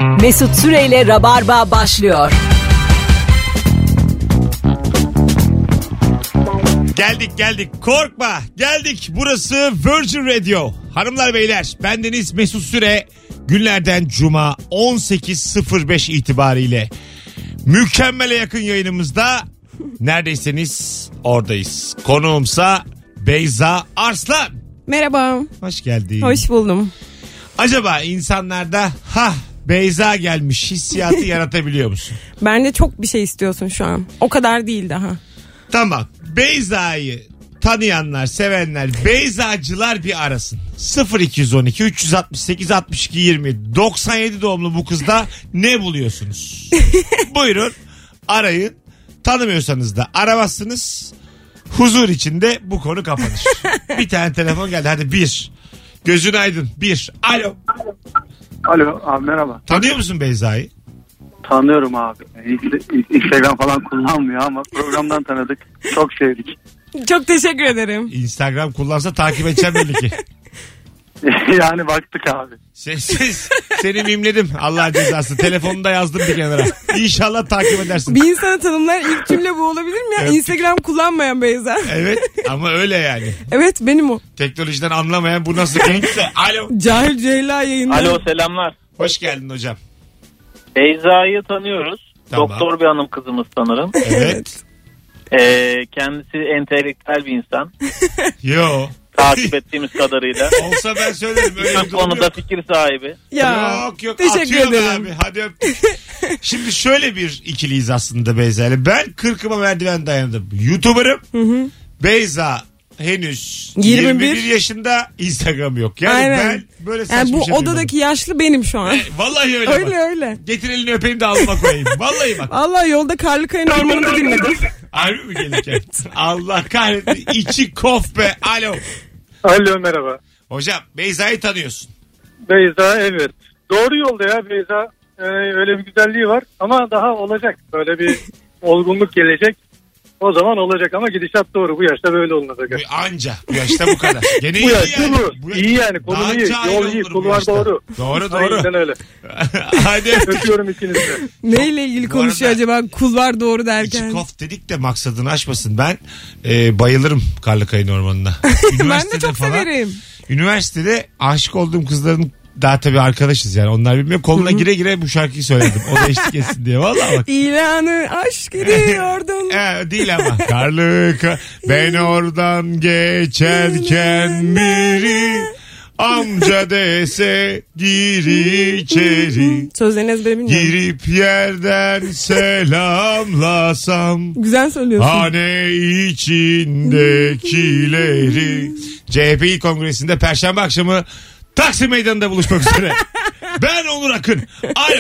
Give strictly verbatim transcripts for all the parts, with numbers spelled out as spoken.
Mesut Süreyle Rabarba başlıyor. Geldik geldik korkma geldik, burası Virgin Radio. Hanımlar beyler, bendeniz Mesut Süre. Günlerden Cuma on sekiz sıfır beş itibariyle mükemmele yakın yayınımızda neredeyseniz oradayız. Konuğumsa Beyza Arslan. Merhaba. Hoş geldin. Hoş buldum. Acaba insanlarda ha Beyza gelmiş hissiyatı yaratabiliyor musun? Bence çok bir şey istiyorsun şu an. O kadar değil daha. Tamam. Beyza'yı tanıyanlar, sevenler, Beyzacılar bir arasın. sıfır iki on iki üç altı sekiz altmış iki yirmi doksan yedi doğumlu bu kızda ne buluyorsunuz? Buyurun arayın. Tanımıyorsanız da aramazsınız. Huzur içinde bu konu kapanır. Bir tane telefon geldi. Hadi bir. Gözün aydın. Bir. Alo. Alo abi, merhaba. Tanıyor musun Beyza'yı? Tanıyorum abi. Instagram falan kullanmıyor ama programdan tanıdık. Çok sevdik. Çok teşekkür ederim. Instagram kullansa takip edeceğim belli ki. Yani baktık abi. Sessiz. Seni mimledim. Allah'ın cezası. Telefonunu da yazdım bir kenara. İnşallah takip edersin. Bir insanı tanımlayan ilk cümle bu olabilir mi ya? Evet. Instagram kullanmayan Beyza. Evet ama öyle yani. Evet, benim o. Teknolojiden anlamayan bu nasıl gençse. Alo. Cahil Ceyla yayında. Alo, selamlar. Hoş geldin hocam. Beyza'yı tanıyoruz. Tamam. Doktor bir hanım kızımız sanırım. Evet. Ee, kendisi entelektüel bir insan. Yo. Takip ettiğimiz kadarıyla. Olsa ben söylerim. Öyle Bütün bir durum konuda yok. fikir sahibi. Ya. Yok yok. Teşekkür Atıyorum ederim. abi. Hadi öptük. Şimdi şöyle bir ikiliyiz aslında Beyza ile. Ben kırkıma merdiven dayandım. YouTuber'ım. Hı hı. Beyza henüz yirmi bir. yirmi bir yaşında, Instagram yok. Yani Aynen. ben böyle saçma Yani bu şey odadaki duymadım. yaşlı benim şu an. E, vallahi öyle Öyle bak. öyle. Getir elini öpeyim de alnıma koyayım. Vallahi bak. Allah, yolda Karlıkaya'nın ormanında dinledim. Harbi mi gelirken? Allah kahretsin. İçi kof be. Alo. Alo, merhaba. Hocam Beyza'yı tanıyorsun. Beyza, evet. Doğru yolda ya Beyza. Ee, öyle bir güzelliği var ama daha olacak. Böyle bir olgunluk gelecek. O zaman olacak ama gidişat doğru. Bu yaşta böyle olunacak. Bu anca. Bu yaşta bu kadar. Gene Bu iyi yaş yani. bu. İyi yani. Konum Daha iyi. cahil Yol iyi. olur bu Kulvar yaşta. doğru. Doğru doğru. Aynen öyle. Hadi. Öpüyorum ikinizi de. Neyle ilgili Bu konuşuyor arada- acaba? Kulvar doğru İçi derken. kof dedik de maksadını aşmasın. Ben e, bayılırım Karlıkaya'nın ormanına. Ben de çok severim. Üniversitede aşık olduğum kızların daha tabii arkadaşız yani. Onlar bilmiyor. Koluna gire gire bu şarkıyı söyledim. O da eşlik etsin diye. Vallahi bak. İlanı aşk ediyordun. E, değil ama. Karlıka ben oradan geçerken biri amca dese gir içeri. Sözlerini ezbere bilmiyorum. Girip yerden selamlasam Güzel söylüyorsun. hane içindekileri. C H P İl Kongresi'nde Perşembe akşamı Taksim Meydanı'nda buluşmak üzere. Ben Onur Akın. Alo.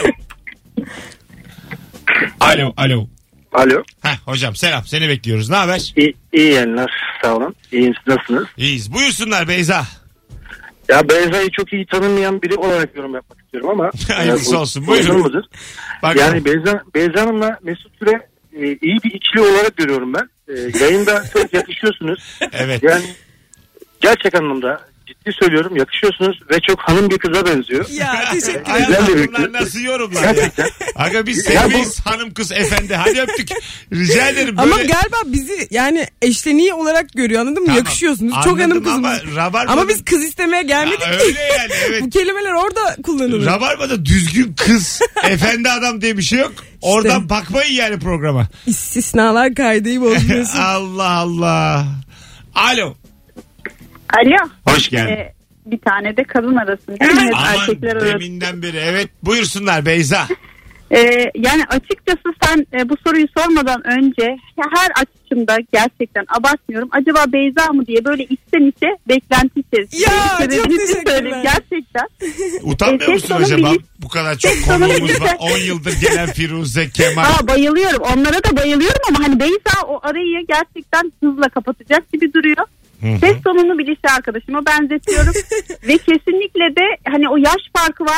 Alo, alo. Alo. Heh, hocam selam, seni bekliyoruz. Ne haber? İyi, iyi yayınlar. Sağ olun. İyiyim, siz nasılsınız? İyiyiz. Buyursunlar Beyza. Ya Beyza'yı çok iyi tanımayan biri olarak yorum yapmak istiyorum ama. Hayırlısı bu- olsun. bu Buyurun. uygun mudur? Bak, Yani Beyza, Beyza Hanım'la Mesut Süre e, iyi bir ikili olarak görüyorum ben. E, yayında çok yakışıyorsunuz. evet. Yani gerçek anlamda ciddi söylüyorum, yakışıyorsunuz ve çok hanım bir kıza benziyor. Ya teşekkür Ay ederim. Allah, Güzel bir bunlar fikir. nasıl yorumlar Gerçekten. ya? Aga biz Ya sevmeyiz hanım kız efendi. Hadi öptük. Rica ederim. Böyle... Ama galiba bizi yani eşleniği olarak görüyor, anladın mı? Tamam, Yakışıyorsunuz. Çok anladım hanım kızımız. ama Rabarba'nın- Ama biz kız istemeye gelmedik Ya ki. öyle yani, evet. Bu kelimeler orada kullanılır. Rabarba'da düzgün kız, efendi adam diye bir şey yok. Oradan bakmayın yani programa. İstisnalar kaideyi bozmuyorsun. Allah Allah. Alo. Alo. Hoş geldin. Ee, bir tane de kadın arasında. Evet, Aman erkekler arasında. deminden beri. Evet buyursunlar Beyza. Ee, yani açıkçası sen e, bu soruyu sormadan önce ya her açımda gerçekten abartmıyorum. Acaba Beyza mı diye böyle içten içe beklenti içerisinde. Ya, Sebebini çok siz teşekkürler. söyleyin gerçekten. Utanmıyor Tek musun sorun acaba? değil. Bu kadar çok Tek sorun konuğumuz değil. var. on yıldır gelen Firuze, Kemal. Aa, bayılıyorum. Onlara da bayılıyorum ama hani Beyza o arayı gerçekten hızla kapatacak gibi duruyor. Ses tonunu bir lise arkadaşıma benzetiyorum. Ve kesinlikle de hani o yaş farkı varmış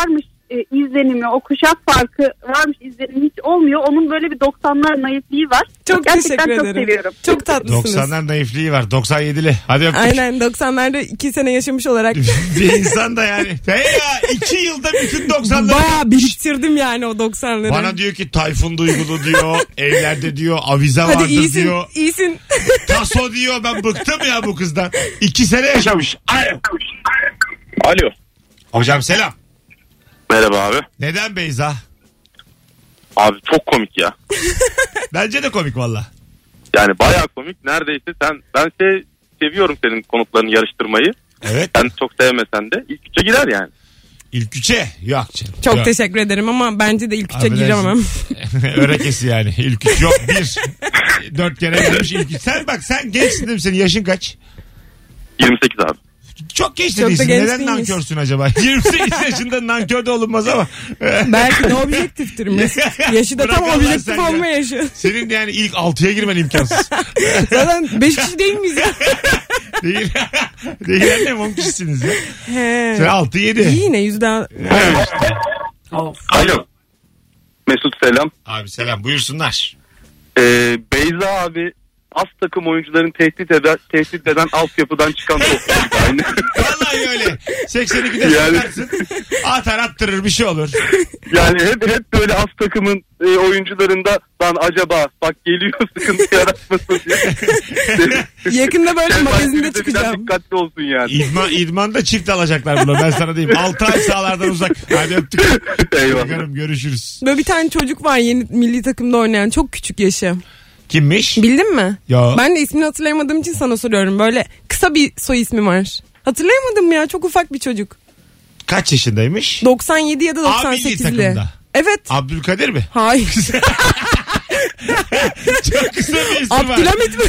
e, izlenimi, o kuşak farkı varmış izlenimi hiç olmuyor. Onun böyle bir doksanlar naifliği var. Çok Gerçekten teşekkür çok ederim. seviyorum. Çok tatlısınız. doksanlar naifliği var. doksan yedili. Hadi öptük. Aynen doksanlarda iki sene yaşamış olarak Bir insan da yani. Hey ya iki yılda bütün doksanları. bayağı biriktirdim yani o doksanları. Bana diyor ki Tayfun Duygulu diyor. Evlerde diyor avize Hadi vardır iyisin, diyor. iyisin. Taso diyor ben bıktım ya bu kızdan. İki sene yaşamış. Alo. Alo. Hocam selam. Merhaba abi. Neden Beyza? Abi çok komik ya. Bence de komik valla. Yani bayağı komik. Neredeyse sen ben şey seviyorum senin konuklarını yarıştırmayı. Evet. Sen çok sevmesen de ilk üçe girer yani. İlk üçe? Yok canım. Çok Yok. teşekkür ederim ama bence de ilk üçe Affedersin. giremem. Örekesi yani. İlk üç yok. Bir. Dört kere gelmiş ilk üç. Sen bak sen gençsin değil mi? Senin yaşın kaç? yirmi sekiz abi. Çok genç de Çok da değilsin. genç Neden değilmiş. nankörsün acaba? yirmi sekiz yaşında nankör de olunmaz ama. Belki de objektiftir Mesut. Yaşı da tam Bırak Allah objektif sen ya. olma yaşı. Senin yani ilk altıya girmen imkansız. Zaten beş kişi değil miyiz ya? Değil. Değil annem on kişisiniz ya. He. Sen altı yedi. İyi yine yüzden. Alo. Mesut selam. Abi selam buyursunlar. Ee, Beyza abi az takım oyuncuların tehdit eden, tehdit eden altyapıdan çıkan toplar aynı. Vallahi öyle. seksen ikide Yani- sokarsın. Atar attırır bir şey olur. Yani hep hep böyle az takımın e, oyuncularında lan acaba bak geliyor sıkıntı yaratmasın diye. Yakında böyle Sen magazinde biraz çıkacağım. dikkatli olsun yani. İdman, idmanda çift alacaklar buna ben sana diyeyim. altı ay sahalardan uzak. Hadi öptük. Eyvallah. Bakalım görüşürüz. Böyle bir tane çocuk var yeni milli takımda oynayan, çok küçük yaşı. Kimmiş? Bildin mi? Ya. Ben de ismini hatırlayamadığım için sana soruyorum. Böyle kısa bir soy ismi var. Hatırlayamadım ya, çok ufak bir çocuk. Kaç yaşındaymış? doksan yedi ya da milli doksan sekizli. takımda. Evet. Abdülkadir mi? Hayır. Çok kısa bir isim var. Abdülhamit mi?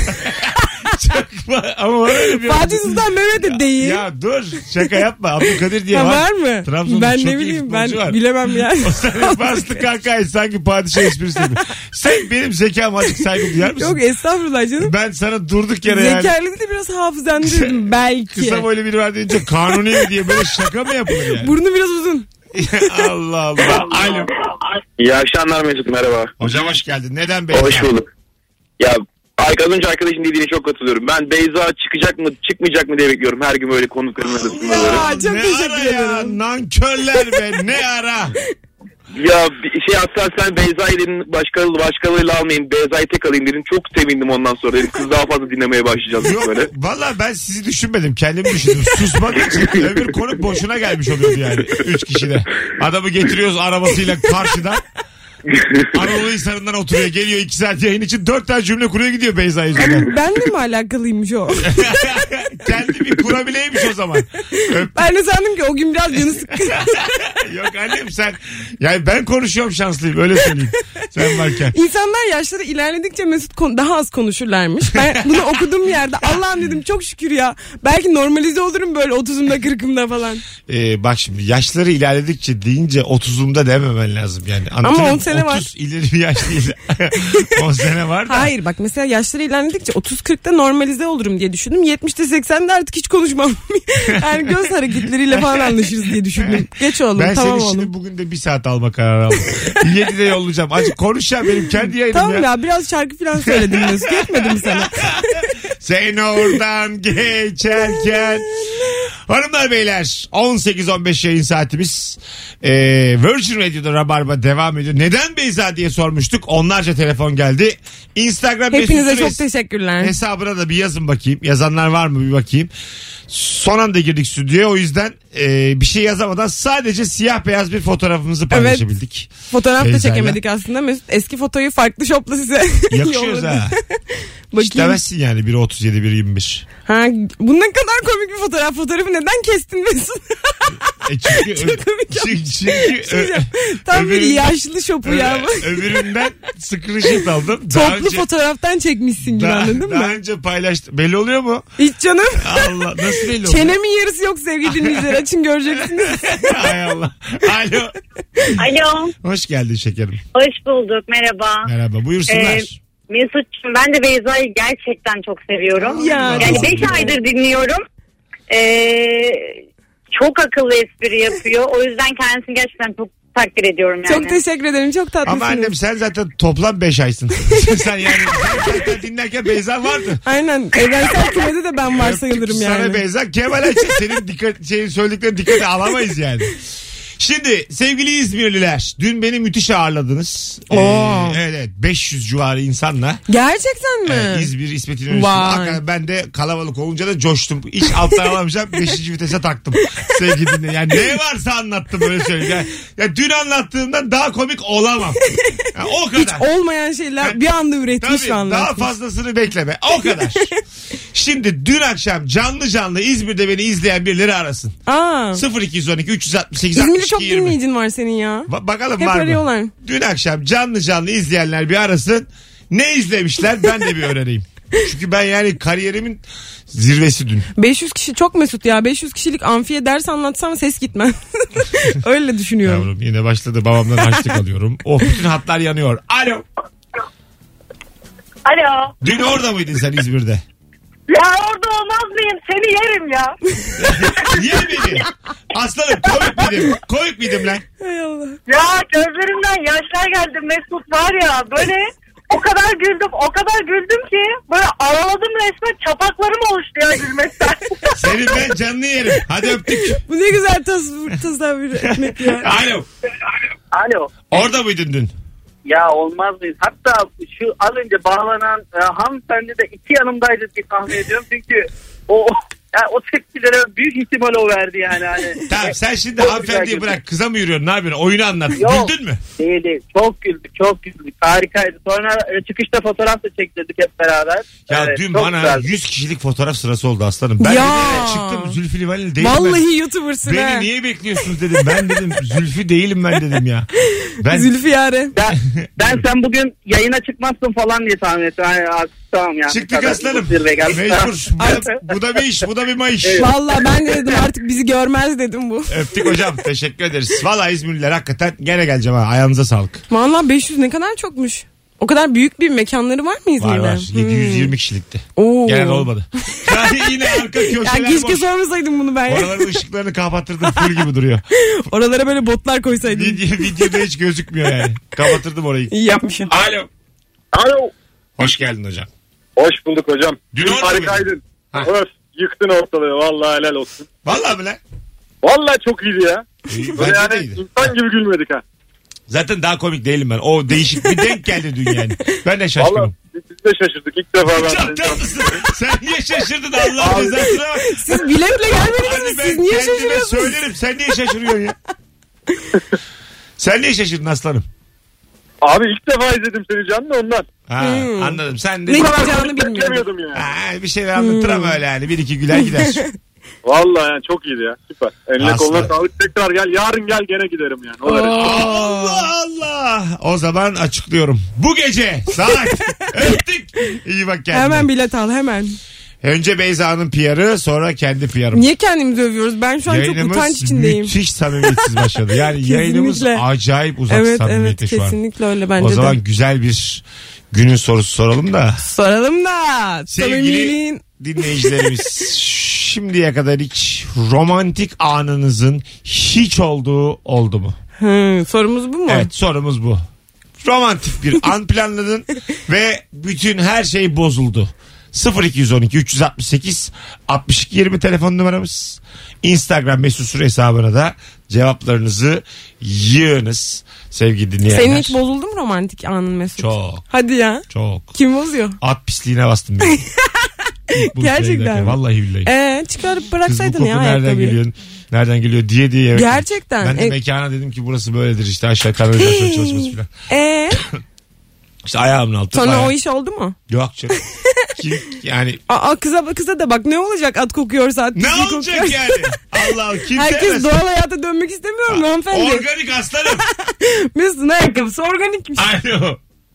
Çok, ama var öyle bir Fatih Sultan Mehmet de değil. Ya dur şaka yapma. Abdülkadir diye Ha, var. var mı? Trabzon'da Ben çok ne iyi bileyim, ben futbolcu var. bilemem yani. O sana bastı kankayı sanki padişah esprisi gibi. Sen benim zekama azıcık saygı duyar mısın? Yok estağfurullah canım. Ben sana durduk yere yani. Zekerli de biraz hafızandırdım belki. Kısa boylu biri var deyince kanuni mi diye böyle şaka mı yapılır yani? Burnu biraz uzun. Allah Allah. Alo. İyi akşamlar Mesut, merhaba. Hocam hoş geldin. Neden Beyza? Hoş bulduk. Ya az önce arkadaşın dediğine çok katılıyorum. Ben Beyza çıkacak mı çıkmayacak mı diye bekliyorum. Her gün böyle konukların arasında böyle. Ya çok ne teşekkür ara ya? ederim. Nankörler be ne ara? Ya bir şey hatta sen Beyza'yı dedin başkalı, başkalarıyla almayayım. Beyza'yı tek alayım dedin. Çok sevindim ondan sonra. Dedim kız daha fazla dinlemeye başlayacağız Yok böyle. valla ben sizi düşünmedim. Kendimi düşündüm. Susmak için öbür konuk boşuna gelmiş oluyordu yani. Üç kişide. Adamı getiriyoruz arabasıyla karşıdan. Anadolu Hisarı'ndan oturuyor. Geliyor iki saat yayın için. Dört tane cümle kuruyor gidiyor Beyza yüzünden. Benle mi alakalıymış o? Kendi bir kurabileymiş o zaman. Öp. Ben de sandım ki o gün biraz canı sıkkın. Yok annem sen. Yani ben konuşuyorum şanslıyım öyle söyleyeyim. Sen varken. İnsanlar yaşları ilerledikçe Mesut kon- daha az konuşurlarmış. Ben bunu okuduğum yerde Allah'ım dedim çok şükür ya. Belki normalize olurum böyle otuzumda kırkımda falan. Ee, bak şimdi yaşları ilerledikçe deyince otuzumda dememen lazım yani. Anlatabiliyor on muyum? sene var. otuz ileri bir yaş değil. on sene var da. Hayır bak mesela yaşları ilerledikçe otuz kırkta normalize olurum diye düşündüm. yetmişte seksende artık hiç konuşmam. Yani göz hareketleriyle falan anlaşırız diye düşündüm. Geç oğlum Ben tamam seni oğlum. şimdi bugün de bir saat alma kararı aldım. yedide yollayacağım. Azıcık konuş ya benim kendi yayınım Tamam ya. ya biraz şarkı falan söyledim Mesut. Yetmedi mi sana? Sen oradan geçerken. Hanımlar beyler on sekiz on beş yayın saatimiz. Ee, Virgin Radio'da Rabarba devam ediyor. Neden Beyza diye sormuştuk. Onlarca telefon geldi. Instagram Hepinize Mesut çok Süre teşekkürler. hesabına da bir yazın bakayım. Yazanlar var mı bir bakayım. Son anda girdik stüdyoya o yüzden e, bir şey yazamadan sadece siyah beyaz bir fotoğrafımızı paylaşabildik. Fotoğraf da Beyza'yla. çekemedik aslında Mesut. Eski fotoyu farklı shopla size Yakışıyoruz yolladı. ha. Hiç Bakayım. demezsin yani biri otuz yedi biri yirmi bir. Ha, bu ne kadar komik bir fotoğraf. Fotoğrafı neden kestin Mesut? E çünkü, Çok komik çünkü, çünkü ö, Tam bir öbüründen- yaşlı şopu ya bu. ö- öbüründen screenshot aldım. Daha Toplu önce, fotoğraftan çekmişsin gibi daha, anladın daha mı? önce paylaştım. Belli oluyor mu? Hiç canım. Allah nasıl belli oluyor? Çenemin yarısı yok sevgili dinleyiciler. Açın göreceksiniz. Hay Allah. Alo. Alo, Hoş geldin şekerim. hoş bulduk, merhaba. Merhaba buyursunlar. Ee, Mesut'cum ben de Beyza'yı gerçekten çok seviyorum. Ya, Yani beş aydır dinliyorum. Ee, çok akıllı espri yapıyor. O yüzden kendisini gerçekten çok takdir ediyorum yani. Çok teşekkür ederim. Çok tatlısınız. Ama annem sen zaten toplam beş aysın. Sen yani sen zaten dinlerken Beyza vardı. Aynen. Evrensel kümede de ben var sayılırım yani. Sana Beyza Kemal Ayça senin dikkat, şeyin söylediklerini dikkate alamayız yani. Şimdi sevgili İzmirliler dün beni müthiş ağırladınız. Ee, evet beş yüz civarı insanla. Gerçekten mi? Ee, İzmir İsmet İnönü'nün üstünde. Ben de kalabalık olunca da coştum. Hiç alttan alamayacağım. beşinci vitese taktım. Sevgili dinle. Yani ne varsa anlattım böyle söyleyeyim. Yani, ya dün anlattığımdan daha komik olamam. Yani o kadar. Hiç olmayan şeyler yani, bir anda üretmiş tabii, ve anlatmış. Daha fazlasını bekleme. O kadar. Şimdi dün akşam canlı canlı İzmir'de beni izleyen birileri arasın. Aa. sıfır iki on iki üç altı sekiz İzmir'de çok dinleyicin var senin ya. Ba- bakalım hep var arıyorlar. mı? Dün akşam canlı canlı izleyenler bir arasın. Ne izlemişler ben de bir öğreneyim. Çünkü ben yani kariyerimin zirvesi dün. beş yüz kişi çok mesut ya. beş yüz kişilik amfiye ders anlatsam ses gitmez. Öyle düşünüyorum. Yavrum yine başladı babamdan harçlık alıyorum. Oh bütün hatlar yanıyor. Alo. Alo. Dün orada mıydın sen İzmir'de? Ya orada olmaz mıyım? Seni yerim ya. Yer beni. Aslanım komik miydim? Komik miydim lan? Hay Allah. Ya gözlerimden yaşlar geldi Mesut var ya böyle o kadar güldüm o kadar güldüm ki böyle ağladım resmen çapaklarım oluştu ya gülmekten. Senin ben canlı yerim. Hadi öptük. Bu ne güzel tasavvur, tasavvur etmek ya. Alo. Alo. Orada mıydın dün? Ya olmaz mıyız? Hatta şu az önce bağlanan e, hanımefendi de iki yanımdaydı diye tahmin ediyorum. Çünkü o yani o tepkilere büyük ihtimal o verdi yani. Hani. Tamam sen şimdi hanımefendiyi bırak kıza mı yürüyorsun ne yapıyorsun oyunu anlat. Yok, güldün mü? Değil değil çok güldük çok güldük harikaydı. Sonra e, çıkışta fotoğraf da çektirdik hep beraber. Ya evet, dün bana güzeldi. yüz kişilik fotoğraf sırası oldu aslanım. Ben Ya. de çıktım Zülfü Livaneli değilim Vallahi ben. YouTuber'sın Beni ha. niye bekliyorsunuz dedim. Ben dedim Zülfü değilim ben dedim ya. Ben... Zülfü yare. Ben, ben sen bugün yayına çıkmazsın falan diye tahmin ettim. Yani, tamam yani. Çıktık aslanım. Mecbur. Bu da, bu da bir iş bu da bir mayış. Evet. Vallahi ben de dedim artık bizi görmez dedim bu. Öptük hocam teşekkür ederiz. Vallahi İzmirliler hakikaten gene geleceğim ha ayağınıza sağlık. Vallahi beş yüz ne kadar çokmuş. O kadar büyük bir mekanları var mı İzmir'de? Var var. yedi yüz yirmi kişilikti. Oo. Gene de olmadı. Yani yine arka köşeler ya keşke boş. sormasaydım bunu ben ya. Oraların ışıklarını kapatırdım full gibi duruyor. Oralara böyle botlar koysaydım. Video, videoda hiç gözükmüyor yani. Kapatırdım orayı. İyi yapmışsın. Alo. Alo. Hoş geldin hocam. Hoş bulduk hocam. Dün Dün orada harikaydın. Ha. Öf, yıktın ortalığı. Vallahi helal olsun. Vallahi mi lan? Vallahi çok iyiydi ya. İyi, Böyle bence de yani iyiydi. insan gibi gülmedik ha. Zaten daha komik değilim ben. O değişik bir denk geldi dün yani. Ben de şaşkınım. Vallahi biz de şaşırdık. İlk defa ben. Çok tatlısın. Sen niye şaşırdın Allah cezasına bak. Siz bile bile gelmediniz Hadi mi? ben Siz niye kendime şaşırıyorsunuz? söylerim. Sen niye şaşırıyorsun ya? Sen niye şaşırdın aslanım? Abi ilk defa izledim seni canlı ondan. Ha, Hmm. anladım. Sen de Ne Bu kadar yapacağını komik bilmiyordum. beklemiyordum yani. ha, bir şeyler anlatır ama öyle yani. Bir iki güler gider. Vallahi yani çok iyiydi ya. Süper. Eline Aslan. koluna sağlık. Tekrar gel. Yarın gel gene giderim yani. O derece. Allah Allah. O zaman açıklıyorum. Bu gece saat öptük. İyi bak kendine. Hemen bilet al hemen. Önce Beyza'nın P R'ı sonra kendi P R'ım. Niye kendimizi övüyoruz? Ben şu an çok utanç içindeyim. müthiş samimiyetsiz başladı. Yani yayınımız acayip uzak evet, samimiyete evet, şu an. kesinlikle öyle bence O zaman de. güzel bir günün sorusu soralım da. Soralım da. Sevgili Samimiliğin... dinleyicilerimiz şimdiye kadar hiç romantik anınızın hiç olduğu oldu mu? Hı, sorumuz bu mu? Evet sorumuz bu. Romantik bir an planladın ve bütün her şey bozuldu. sıfır iki on iki üç altı sekiz altmış iki yirmi telefon numaramız. Instagram mesut süre hesabına da cevaplarınızı yığınız sevgili dinleyenler. Senin hiç bozuldu mu romantik anın Mesut? Çok. Hadi ya. Çok. Kim bozuyor? At pisliğine bastım ben. Gerçekten mi? Vallahi billahi. Ee, çıkarıp Kız bu bıraksaydın koku ya nereden ayakkabıyı. geliyor? Nereden geliyor diye diye. Evet. Gerçekten. Ben de E- mekana dedim ki burası böyledir işte aşağı kanalizasyon çalışması falan. Ee, İşte ayağımın altı. sonra ayağı. o iş oldu mu? Yok canım. Ki, yani Aa, kıza kıza da bak ne olacak at kokuyorsa at ne pislik olacak kokuyor. yani? Allah kim Herkes sevmez? doğal hayata dönmek istemiyor mu hanımefendi? Organik aslanım. Mesut'un ayakkabısı organikmiş. Alo.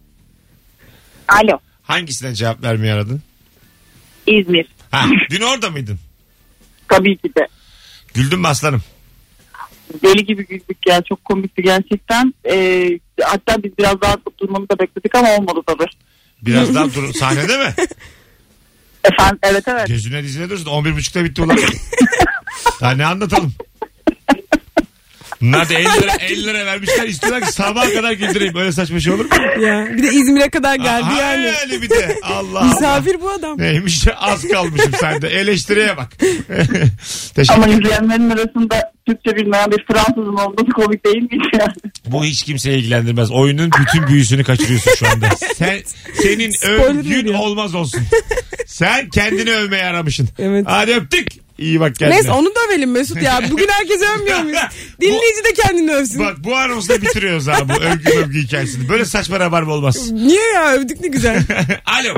Alo. Hangisine cevap vermeyi aradın? İzmir. Ha, dün orada mıydın? Tabii ki de. Güldün mü aslanım? Deli gibi güldük ya. Çok komikti gerçekten. Ee, hatta biz biraz daha durmamı da bekledik ama olmadı tabii. Biraz daha dur sahnede mi? Efendim evet evet. Gözüne dizine dursun. on bir buçukta bitti ulan. Daha ne anlatalım? Bunlar da elli lira, elli lira vermişler. İstiyorlar ki sabaha kadar güldüreyim. Böyle saçma şey olur mu? Ya, bir de İzmir'e kadar geldi Aha, yani. Öyle bir de. Allah Misafir Allah. bu adam. Neymiş az kalmışım sende. Eleştiriye bak. Teşekkür Ama ederim. izleyenlerin arasında Türkçe bilmeyen bir Fransızın olduğu komik değil mi yani? Bu hiç kimseyi ilgilendirmez. Oyunun bütün büyüsünü kaçırıyorsun şu anda. Sen, senin Spoiler övgün veriyor. olmaz olsun. Sen kendini övmeye aramışsın. Evet. Hadi öptük. İyi bak kendine. Neyse onu dövelim Mesut ya. Bugün herkese övmüyor muyuz? Dinleyici de kendini övsün. Bak bu anonsla bitiriyoruz abi bu övgü övgü hikayesini. Böyle saçma rabarba olmaz. Niye ya, övdük ne güzel. Alo.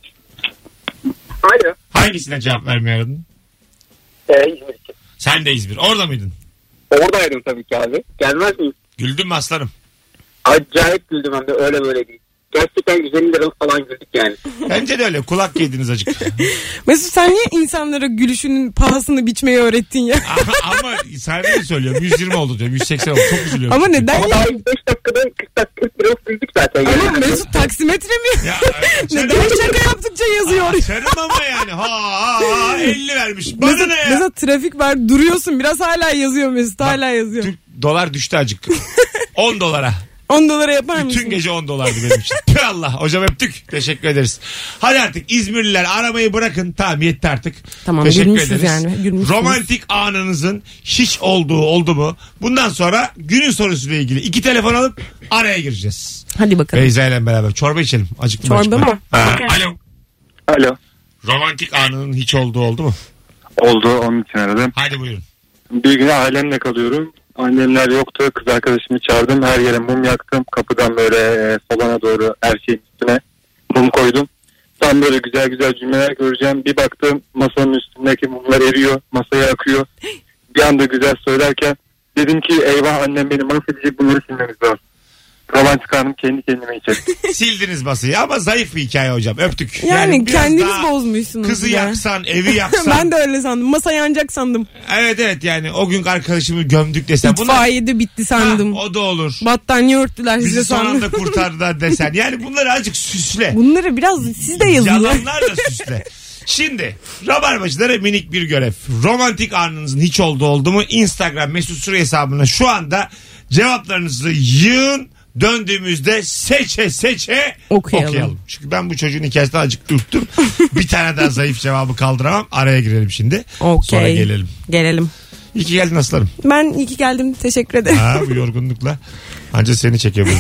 Alo. Hangisine cevap vermeye aradın? Ee, İzmir için. Sen de İzmir. Orada mıydın? Oradaydım tabii ki abi. Gelmez miyim? Güldün mü aslanım? Acayip güldüm hem de öyle böyle değil. Gerçekten yüz elli liralık falan güldük yani. Bence de öyle. Kulak yediniz acık. Mesut sen niye insanlara gülüşünün pahasını biçmeyi öğrettin ya? Ama sadece söylüyorum. yüz yirmi oldu diyorum. yüz seksen oldu. Çok üzülüyorum. Ama neden Ama ya? daha beş dakikada kırk dakika kırk liralık güldük zaten. Ama Yani. Mesut taksimetre mi? Ya, canım, Neden şaka yaptıkça yazıyor? canım ama yani. Ha, ha, ha elli vermiş. Bana Mesut, ne ya? Mesut trafik var duruyorsun biraz hala yazıyor Mesut hala yazıyor. Türk dolar düştü acık. on dolara. on dolara yapar mısın? Bütün gece on dolardı benim için. Tüh Allah. Hocam öptük. Teşekkür ederiz. Hadi artık İzmirliler aramayı bırakın. Tamam yetti artık. Tamam, Teşekkür gülmüşüz ederiz. yani, gülmüşüz. Romantik anınızın hiç olduğu oldu mu? Bundan sonra günün sorusuyla ilgili iki telefon alıp araya gireceğiz. Hadi bakalım. Beyza ile beraber. Çorba içelim. Acıktım. Çorba acıktım. mı? Ha, alo. Alo. Romantik anının hiç olduğu oldu mu? Oldu, onun için aradım. Hadi buyurun. Bir gün ailemle kalıyorum. Annemler yoktu. Kız arkadaşımı çağırdım. Her yere mum yaktım. Kapıdan böyle e, salona doğru her şeyin üstüne mum koydum. Tam böyle güzel güzel cümleler göreceğim. Bir baktım masanın üstündeki mumlar eriyor. Masaya akıyor. Bir anda güzel söylerken dedim ki eyvah annem beni mahvedecek, bunları silmemiz lazım. Romantik anım kendi kendime içerim. Sildiniz masayı ama zayıf bir hikaye hocam. Öptük. Yani, biraz kendiniz daha bozmuşsunuz. Kızı ya. yaksan, evi yaksan. Ben de öyle sandım. Masa yanacak sandım. Evet evet yani o gün arkadaşımı gömdük desem. İtfaiyede bitti sandım. Ha, o da olur. Battaniye örttüler size Bizi son sandım. anda kurtardılar desen. Yani bunları azıcık süsle. Bunları biraz siz de yazın ya. Yalanlarla süsle. Şimdi Rabarbacılara minik bir görev. Romantik anınızın hiç oldu oldu mu? Instagram Mesut Süre hesabına şu anda cevaplarınızı yığın. Döndüğümüzde seçe seçe Okuyalım. okuyalım. Çünkü ben bu çocuğun hikayesinden azıcık dürttüm. Bir tane daha zayıf cevabı kaldıramam. Araya girelim şimdi. Okey. Sonra gelelim. Gelelim. İyi ki geldin aslanım. Ben iyi ki geldim. Teşekkür ederim. Ha, bu yorgunlukla anca seni çekebildim.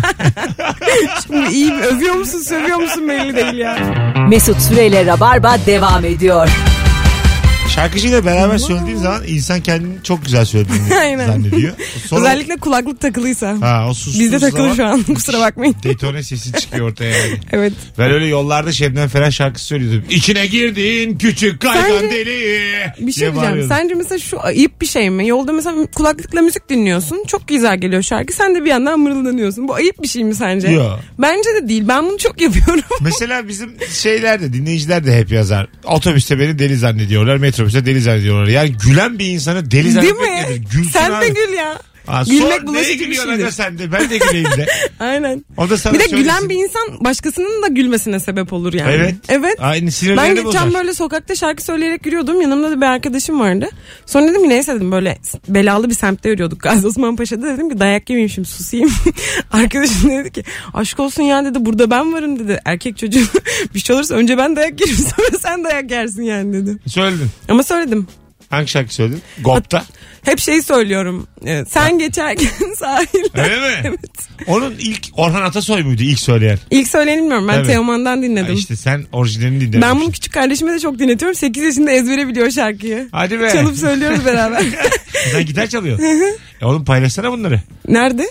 Şimdi iyi mi? Övüyor musun sövüyor musun belli değil ya. Mesut Süreyle Rabarba devam ediyor. Şarkıcıyla beraber söylediğin zaman insan kendini çok güzel söylediğini Aynen. zannediyor. Sonra Özellikle kulaklık takılıysa. ha, o sustuğu Bizde takılı zaman şu an. Kusura bakmayın. detone sesi çıkıyor ortaya yani. Evet. Ben öyle yollarda Şebnem Ferah şarkısı söylüyordum. İçine girdin küçük kaygan Sence- deli. Bir şey diye diyeceğim. bağırıyordum. Sence mesela şu ayıp bir şey mi? Yolda mesela kulaklıkla müzik dinliyorsun. Çok güzel geliyor şarkı. Sen de bir yandan mırıldanıyorsun. Bu ayıp bir şey mi sence? Yok. Bence de değil. Ben bunu çok yapıyorum. Mesela bizim şeyler de dinleyiciler de hep yazar. Otobüste beni deli zannediyorlar. Metrobüste deli zannediyorlar. Yani gülen bir insanı deli Değil zannetmek mi? nedir? Gülsün Sen abi. de gül ya. Aa, Gülmek sor, neye bulaşıcı bir gülüyorsun şeydir. aga sen de? Ben de güleyim de. Aynen. O da sana Bir de söylesin. gülen bir insan başkasının da gülmesine sebep olur yani. Evet. Evet. Aynı Ben sinirlerini bozar. geçen böyle sokakta şarkı söyleyerek yürüyordum. Yanımda da bir arkadaşım vardı. Sonra dedim ki neyse dedim böyle belalı bir semtte yürüyorduk. Gazi Osman Paşa'da dedim ki dayak yemeyeyim şimdi susayım. Arkadaşım dedi ki aşk olsun ya dedi burada ben varım dedi. Erkek çocuğu bir şey olursa önce ben dayak yerim sonra sen dayak yersin yani dedi. Söyledin. Ama söyledim. Hangi şarkı söyledin? Gop'ta. Hep şeyi söylüyorum. Ee, Sen geçerken sahilde. Öyle mi? Evet. Onun ilk Orhan Atasoy muydu ilk söyleyen? İlk söyleyen bilmiyorum. Ben Evet. Teoman'dan dinledim. Ha işte sen orijinalini dinledin. Ben bunu küçük kardeşime de çok dinletiyorum. sekiz yaşında ezbere biliyor şarkıyı. Hadi be. Çalıp söylüyoruz beraber. Sen gitar çalıyorsun. e oğlum paylaşsana bunları. Nerede?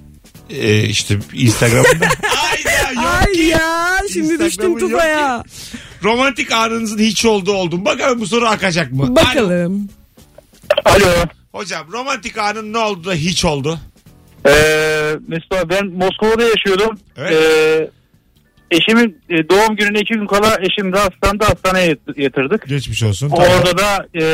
Ee, işte Instagram'da. Ayda yok Ay ki. ya şimdi düştüm Instagram'ın yok tufaya. Romantik anınızın hiç olduğu oldu mu? Bakalım bu soru akacak mı? Alo. Bakalım. Alo. Hocam romantik anın ne oldu da hiç oldu? Ee, mesela ben Moskova'da yaşıyordum. Evet. Ee, eşimin e, doğum gününe iki gün kala eşim de hastanede hastaneye yat- yatırdık. Geçmiş olsun. Tamam. Orada da e,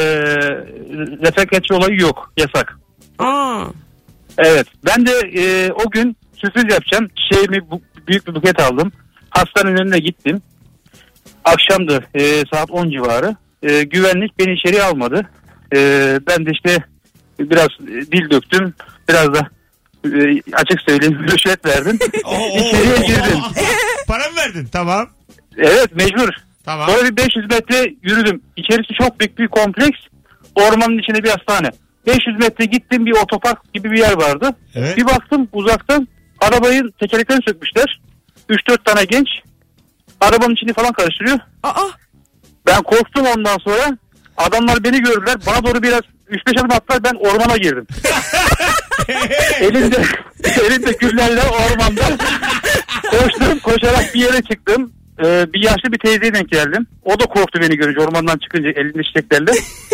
refakatçi olayı yok. Yasak. Aa. Evet. Ben de e, o gün sürpriz yapacağım. Çiçeğimi bu, büyük bir buket aldım. Hastanın önüne gittim. Akşamdı. E, saat on civarı. E, güvenlik beni içeri almadı. Ee, ben de işte biraz dil döktüm. Biraz da e, açık söyleyeyim rüşvet verdim. İçeriye girdim. Para mı verdin? Tamam. Evet mecbur. Tamam. Sonra bir beş yüz metre yürüdüm. İçerisi çok büyük bir kompleks. Ormanın içinde bir hastane. beş yüz metre gittim, bir otopark gibi bir yer vardı. Evet. Bir baktım uzaktan arabayın tekerleklerini sökmüşler. üç dört tane genç arabanın içini falan karıştırıyor. Aa. Ben korktum ondan sonra. Adamlar beni gördüler. Bana doğru biraz üç beş adım attılar. Ben ormana girdim. elimde elimde küllerle ormanda koştum. Koşarak bir yere çıktım. Ee, bir yaşlı bir teyzeye denk geldim. O da korktu beni görünce ormandan çıkınca elinde çiçeklerle.